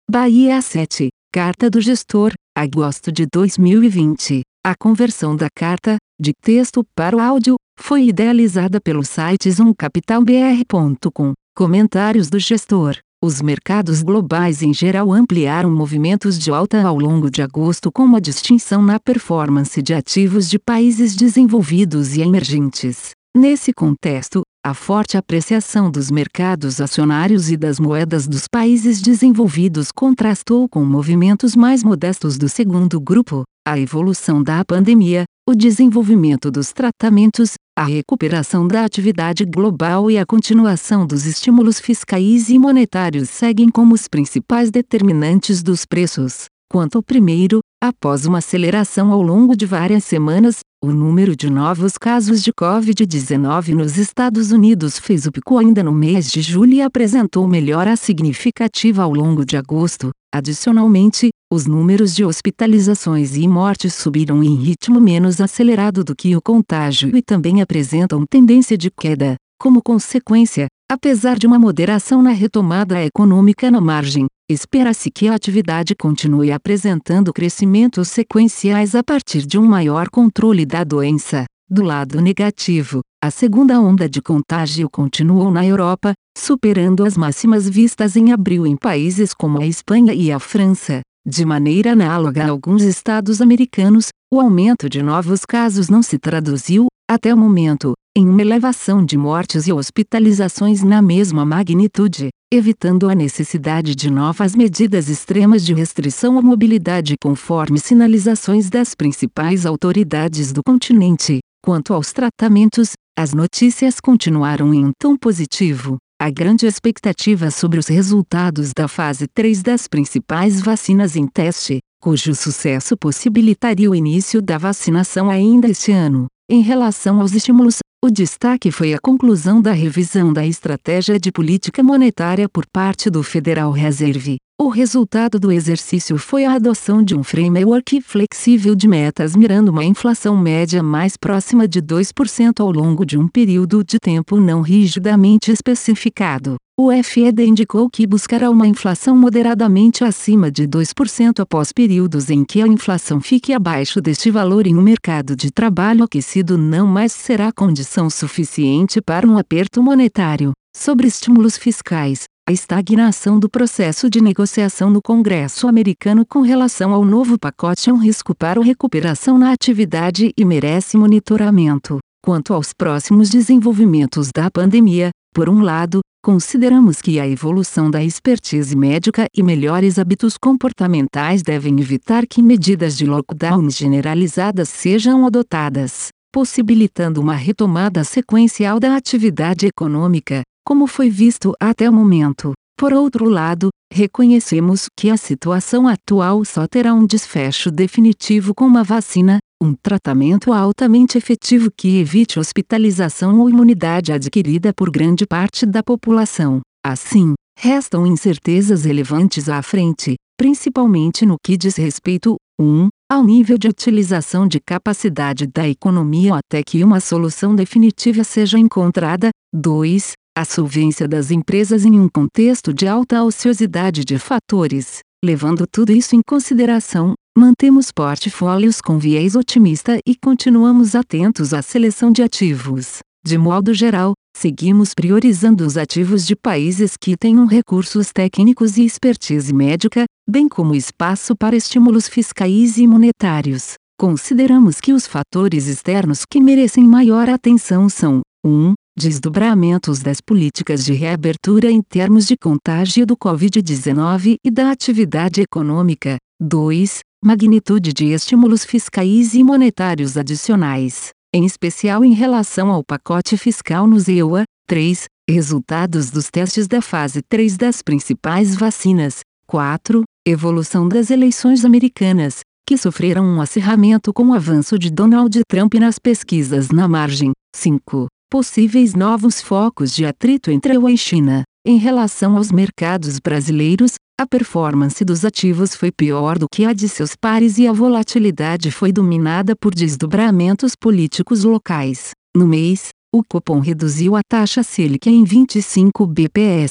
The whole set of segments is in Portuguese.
Bahia 7, Carta do Gestor, agosto de 2020. A conversão da carta, de texto para o áudio, foi idealizada pelo site zoomcapitalbr.com. Comentários do gestor. Os mercados globais em geral ampliaram movimentos de alta ao longo de agosto, com uma distinção na performance de ativos de países desenvolvidos e emergentes. Nesse contexto, a forte apreciação dos mercados acionários e das moedas dos países desenvolvidos contrastou com movimentos mais modestos do segundo grupo: a evolução da pandemia, o desenvolvimento dos tratamentos, a recuperação da atividade global e a continuação dos estímulos fiscais e monetários seguem como os principais determinantes dos preços. Quanto ao primeiro, após uma aceleração ao longo de várias semanas, o número de novos casos de Covid-19 nos Estados Unidos fez o pico ainda no mês de julho e apresentou melhora significativa ao longo de agosto. Adicionalmente, os números de hospitalizações e mortes subiram em ritmo menos acelerado do que o contágio e também apresentam tendência de queda. Como consequência, apesar de uma moderação na retomada econômica na margem, espera-se que a atividade continue apresentando crescimentos sequenciais a partir de um maior controle da doença. Do lado negativo, a segunda onda de contágio continuou na Europa, superando as máximas vistas em abril em países como a Espanha e a França. De maneira análoga a alguns estados americanos, o aumento de novos casos não se traduziu, até o momento, em uma elevação de mortes e hospitalizações na mesma magnitude, evitando a necessidade de novas medidas extremas de restrição à mobilidade conforme sinalizações das principais autoridades do continente. Quanto aos tratamentos, as notícias continuaram em um tom positivo. A grande expectativa sobre os resultados da fase 3 das principais vacinas em teste, cujo sucesso possibilitaria o início da vacinação ainda este ano. Em relação aos estímulos, o destaque foi a conclusão da revisão da estratégia de política monetária por parte do Federal Reserve. O resultado do exercício foi a adoção de um framework flexível de metas mirando uma inflação média mais próxima de 2% ao longo de um período de tempo não rigidamente especificado. O FED indicou que buscará uma inflação moderadamente acima de 2% após períodos em que a inflação fique abaixo deste valor e um mercado de trabalho aquecido não mais será condição suficiente para um aperto monetário. Sobre estímulos fiscais, a estagnação do processo de negociação no Congresso americano com relação ao novo pacote é um risco para a recuperação na atividade e merece monitoramento. Quanto aos próximos desenvolvimentos da pandemia, por um lado, consideramos que a evolução da expertise médica e melhores hábitos comportamentais devem evitar que medidas de lockdown generalizadas sejam adotadas, possibilitando uma retomada sequencial da atividade econômica, como foi visto até o momento. Por outro lado, reconhecemos que a situação atual só terá um desfecho definitivo com uma vacina, um tratamento altamente efetivo que evite hospitalização ou imunidade adquirida por grande parte da população. Assim, restam incertezas relevantes à frente, principalmente no que diz respeito, 1. Ao nível de utilização de capacidade da economia até que uma solução definitiva seja encontrada, 2. A solvência das empresas em um contexto de alta ociosidade de fatores. Levando tudo isso em consideração, mantemos portfólios com viés otimista e continuamos atentos à seleção de ativos. De modo geral, seguimos priorizando os ativos de países que tenham recursos técnicos e expertise médica, bem como espaço para estímulos fiscais e monetários. Consideramos que os fatores externos que merecem maior atenção são: 1. Desdobramentos das políticas de reabertura em termos de contágio do Covid-19 e da atividade econômica. 2. Magnitude de estímulos fiscais e monetários adicionais, em especial em relação ao pacote fiscal nos EUA. 3. Resultados dos testes da fase 3 das principais vacinas. 4. Evolução das eleições americanas, que sofreram um acirramento com o avanço de Donald Trump nas pesquisas na margem. 5. Possíveis novos focos de atrito entre a UE e China. Em relação aos mercados brasileiros, a performance dos ativos foi pior do que a de seus pares e a volatilidade foi dominada por desdobramentos políticos locais. No mês, o Copom reduziu a taxa Selic em 25 bps,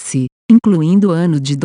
incluindo o ano de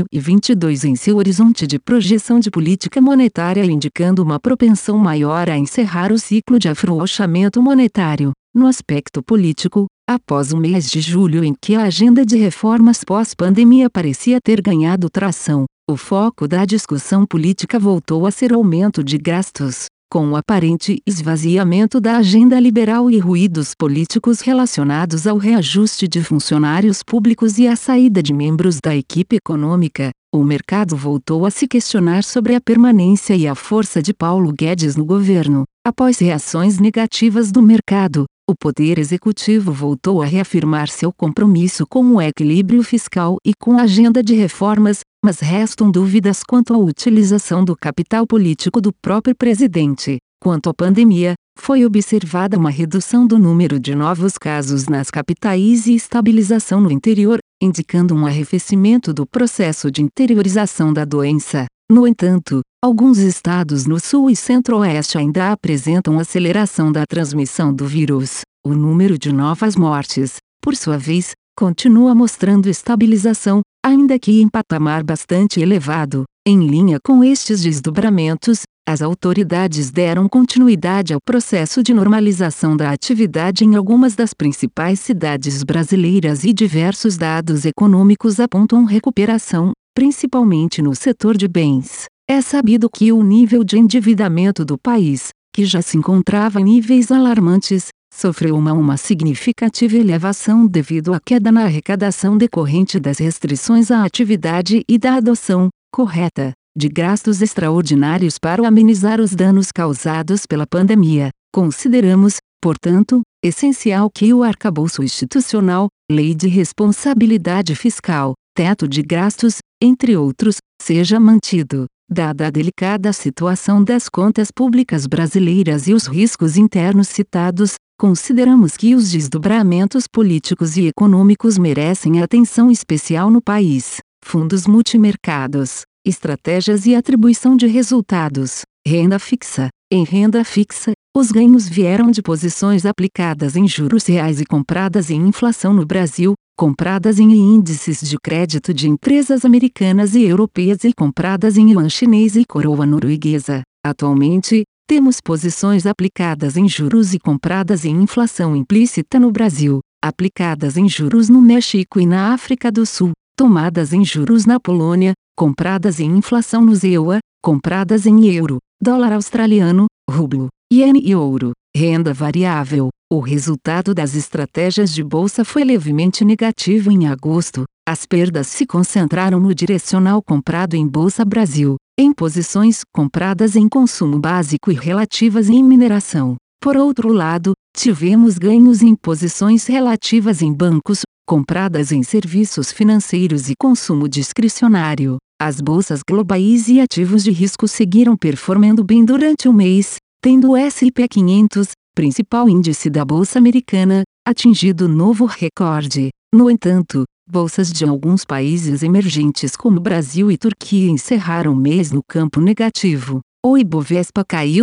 2022 em seu horizonte de projeção de política monetária, indicando uma propensão maior a encerrar o ciclo de afrouxamento monetário. No aspecto político, após o mês de julho em que a agenda de reformas pós-pandemia parecia ter ganhado tração, o foco da discussão política voltou a ser o aumento de gastos, com o aparente esvaziamento da agenda liberal e ruídos políticos relacionados ao reajuste de funcionários públicos e a saída de membros da equipe econômica. O mercado voltou a se questionar sobre a permanência e a força de Paulo Guedes no governo. Após reações negativas do mercado, o Poder Executivo voltou a reafirmar seu compromisso com o equilíbrio fiscal e com a agenda de reformas, mas restam dúvidas quanto à utilização do capital político do próprio presidente. Quanto à pandemia, foi observada uma redução do número de novos casos nas capitais e estabilização no interior, indicando um arrefecimento do processo de interiorização da doença. No entanto, alguns estados no sul e centro-oeste ainda apresentam aceleração da transmissão do vírus. O número de novas mortes, por sua vez, continua mostrando estabilização, ainda que em patamar bastante elevado. Em linha com estes desdobramentos, as autoridades deram continuidade ao processo de normalização da atividade em algumas das principais cidades brasileiras e diversos dados econômicos apontam recuperação, principalmente no setor de bens. É sabido que o nível de endividamento do país, que já se encontrava em níveis alarmantes, sofreu uma significativa elevação devido à queda na arrecadação decorrente das restrições à atividade e da adoção, correta, de gastos extraordinários para amenizar os danos causados pela pandemia. Consideramos, portanto, essencial que o arcabouço institucional, Lei de Responsabilidade Fiscal, Teto de Gastos, entre outros, seja mantido. Dada a delicada situação das contas públicas brasileiras e os riscos internos citados, consideramos que os desdobramentos políticos e econômicos merecem atenção especial no país. Fundos multimercados, estratégias e atribuição de resultados. Renda fixa. Em renda fixa, os ganhos vieram de posições aplicadas em juros reais e compradas em inflação no Brasil, compradas em índices de crédito de empresas americanas e europeias e compradas em yuan chinês e coroa norueguesa. Atualmente, temos posições aplicadas em juros e compradas em inflação implícita no Brasil, aplicadas em juros no México e na África do Sul, tomadas em juros na Polônia, compradas em inflação no ZEUA, compradas em euro, dólar australiano, rublo, iene e ouro. Renda variável. O resultado das estratégias de bolsa foi levemente negativo em agosto. As perdas se concentraram no direcional comprado em Bolsa Brasil, em posições compradas em consumo básico e relativas em mineração. Por outro lado, tivemos ganhos em posições relativas em bancos, compradas em serviços financeiros e consumo discricionário. As bolsas globais e ativos de risco seguiram performando bem durante o mês, tendo o S&P 500, principal índice da Bolsa Americana, atingido novo recorde. No entanto, bolsas de alguns países emergentes como Brasil e Turquia encerraram o mês no campo negativo. O Ibovespa caiu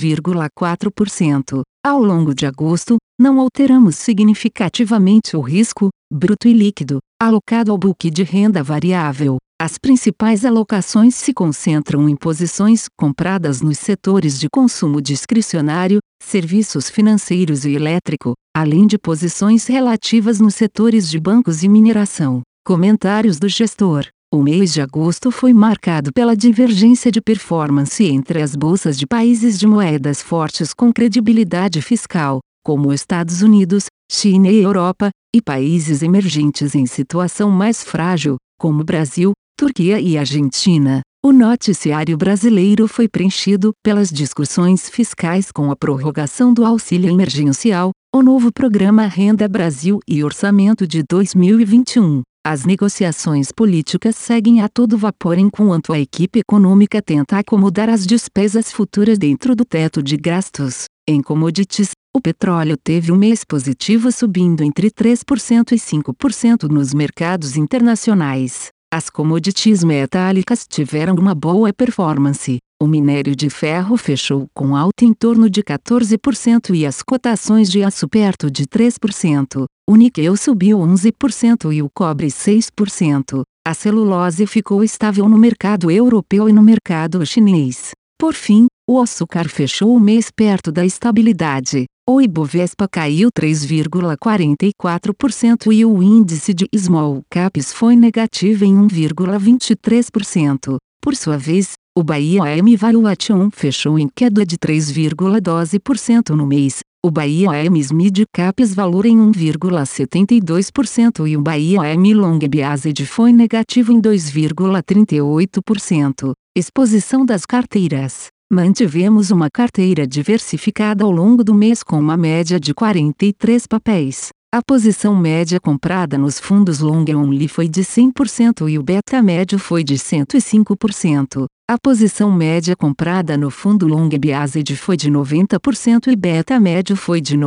3,4%. Ao longo de agosto, não alteramos significativamente o risco, bruto e líquido, alocado ao book de renda variável. As principais alocações se concentram em posições compradas nos setores de consumo discricionário, serviços financeiros e elétrico, além de posições relativas nos setores de bancos e mineração. Comentários do gestor. O mês de agosto foi marcado pela divergência de performance entre as bolsas de países de moedas fortes com credibilidade fiscal, como Estados Unidos, China e Europa, e países emergentes em situação mais frágil, como Brasil, Turquia e Argentina. O noticiário brasileiro foi preenchido pelas discussões fiscais com a prorrogação do auxílio emergencial, o novo programa Renda Brasil e orçamento de 2021. As negociações políticas seguem a todo vapor enquanto a equipe econômica tenta acomodar as despesas futuras dentro do teto de gastos. Em commodities, o petróleo teve um mês positivo subindo entre 3% e 5% nos mercados internacionais. As commodities metálicas tiveram uma boa performance. O minério de ferro fechou com alta em torno de 14% e as cotações de aço perto de 3%. O níquel subiu 11% e o cobre 6%. A celulose ficou estável no mercado europeu e no mercado chinês. Por fim, o açúcar fechou o mês perto da estabilidade. O Ibovespa caiu 3,44% e o índice de Small Caps foi negativo em 1,23%. Por sua vez, o Bahia AM Valuation fechou em queda de 3,12% no mês, o Bahia AM Mid Caps Valor em 1,72% e o Bahia AM Long Biased foi negativo em 2,38%. Exposição das carteiras. Mantivemos uma carteira diversificada ao longo do mês com uma média de 43 papéis. A posição média comprada nos fundos long only foi de 100% e o beta médio foi de 105%. A posição média comprada no fundo long biased foi de 90% e beta médio foi de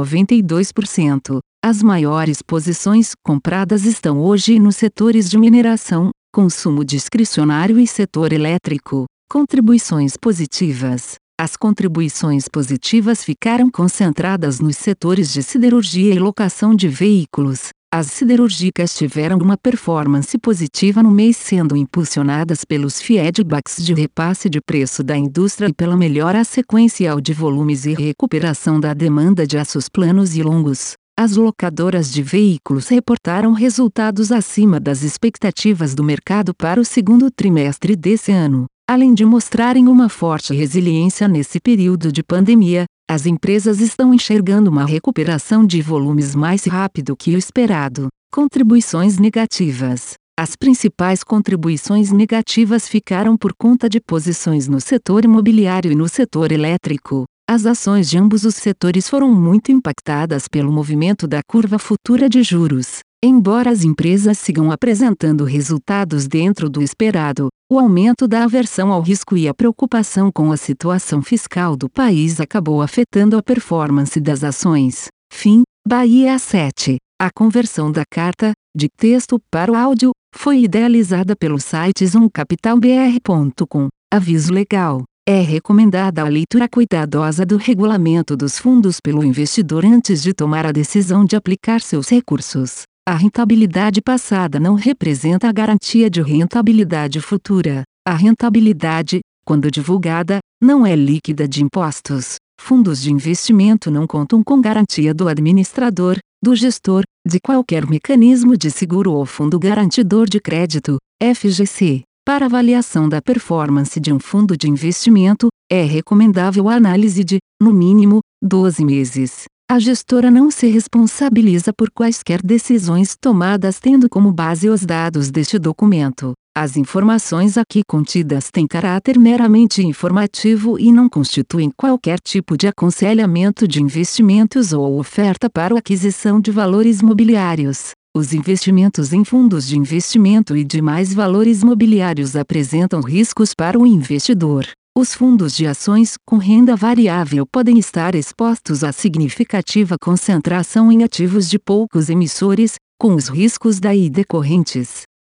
92%. As maiores posições compradas estão hoje nos setores de mineração, consumo discricionário e setor elétrico. Contribuições positivas. As contribuições positivas ficaram concentradas nos setores de siderurgia e locação de veículos. As siderúrgicas tiveram uma performance positiva no mês, sendo impulsionadas pelos feedbacks de repasse de preço da indústria e pela melhora sequencial de volumes e recuperação da demanda de aços planos e longos. As locadoras de veículos reportaram resultados acima das expectativas do mercado para o segundo trimestre desse ano. Além de mostrarem uma forte resiliência nesse período de pandemia, as empresas estão enxergando uma recuperação de volumes mais rápido que o esperado. Contribuições negativas. As principais contribuições negativas ficaram por conta de posições no setor imobiliário e no setor elétrico. As ações de ambos os setores foram muito impactadas pelo movimento da curva futura de juros. Embora as empresas sigam apresentando resultados dentro do esperado, o aumento da aversão ao risco e a preocupação com a situação fiscal do país acabou afetando a performance das ações. Fim. Bahia 7. A conversão da carta, de texto para o áudio, foi idealizada pelo site zoomcapitalbr.com. Aviso legal. É recomendada a leitura cuidadosa do regulamento dos fundos pelo investidor antes de tomar a decisão de aplicar seus recursos. A rentabilidade passada não representa a garantia de rentabilidade futura. A rentabilidade, quando divulgada, não é líquida de impostos. Fundos de investimento não contam com garantia do administrador, do gestor, de qualquer mecanismo de seguro ou fundo garantidor de crédito, FGC. Para avaliação da performance de um fundo de investimento, é recomendável a análise de, no mínimo, 12 meses. A gestora não se responsabiliza por quaisquer decisões tomadas tendo como base os dados deste documento. As informações aqui contidas têm caráter meramente informativo e não constituem qualquer tipo de aconselhamento de investimentos ou oferta para a aquisição de valores mobiliários. Os investimentos em fundos de investimento e demais valores mobiliários apresentam riscos para o investidor. Os fundos de ações com renda variável podem estar expostos a significativa concentração em ativos de poucos emissores, com os riscos daí decorrentes.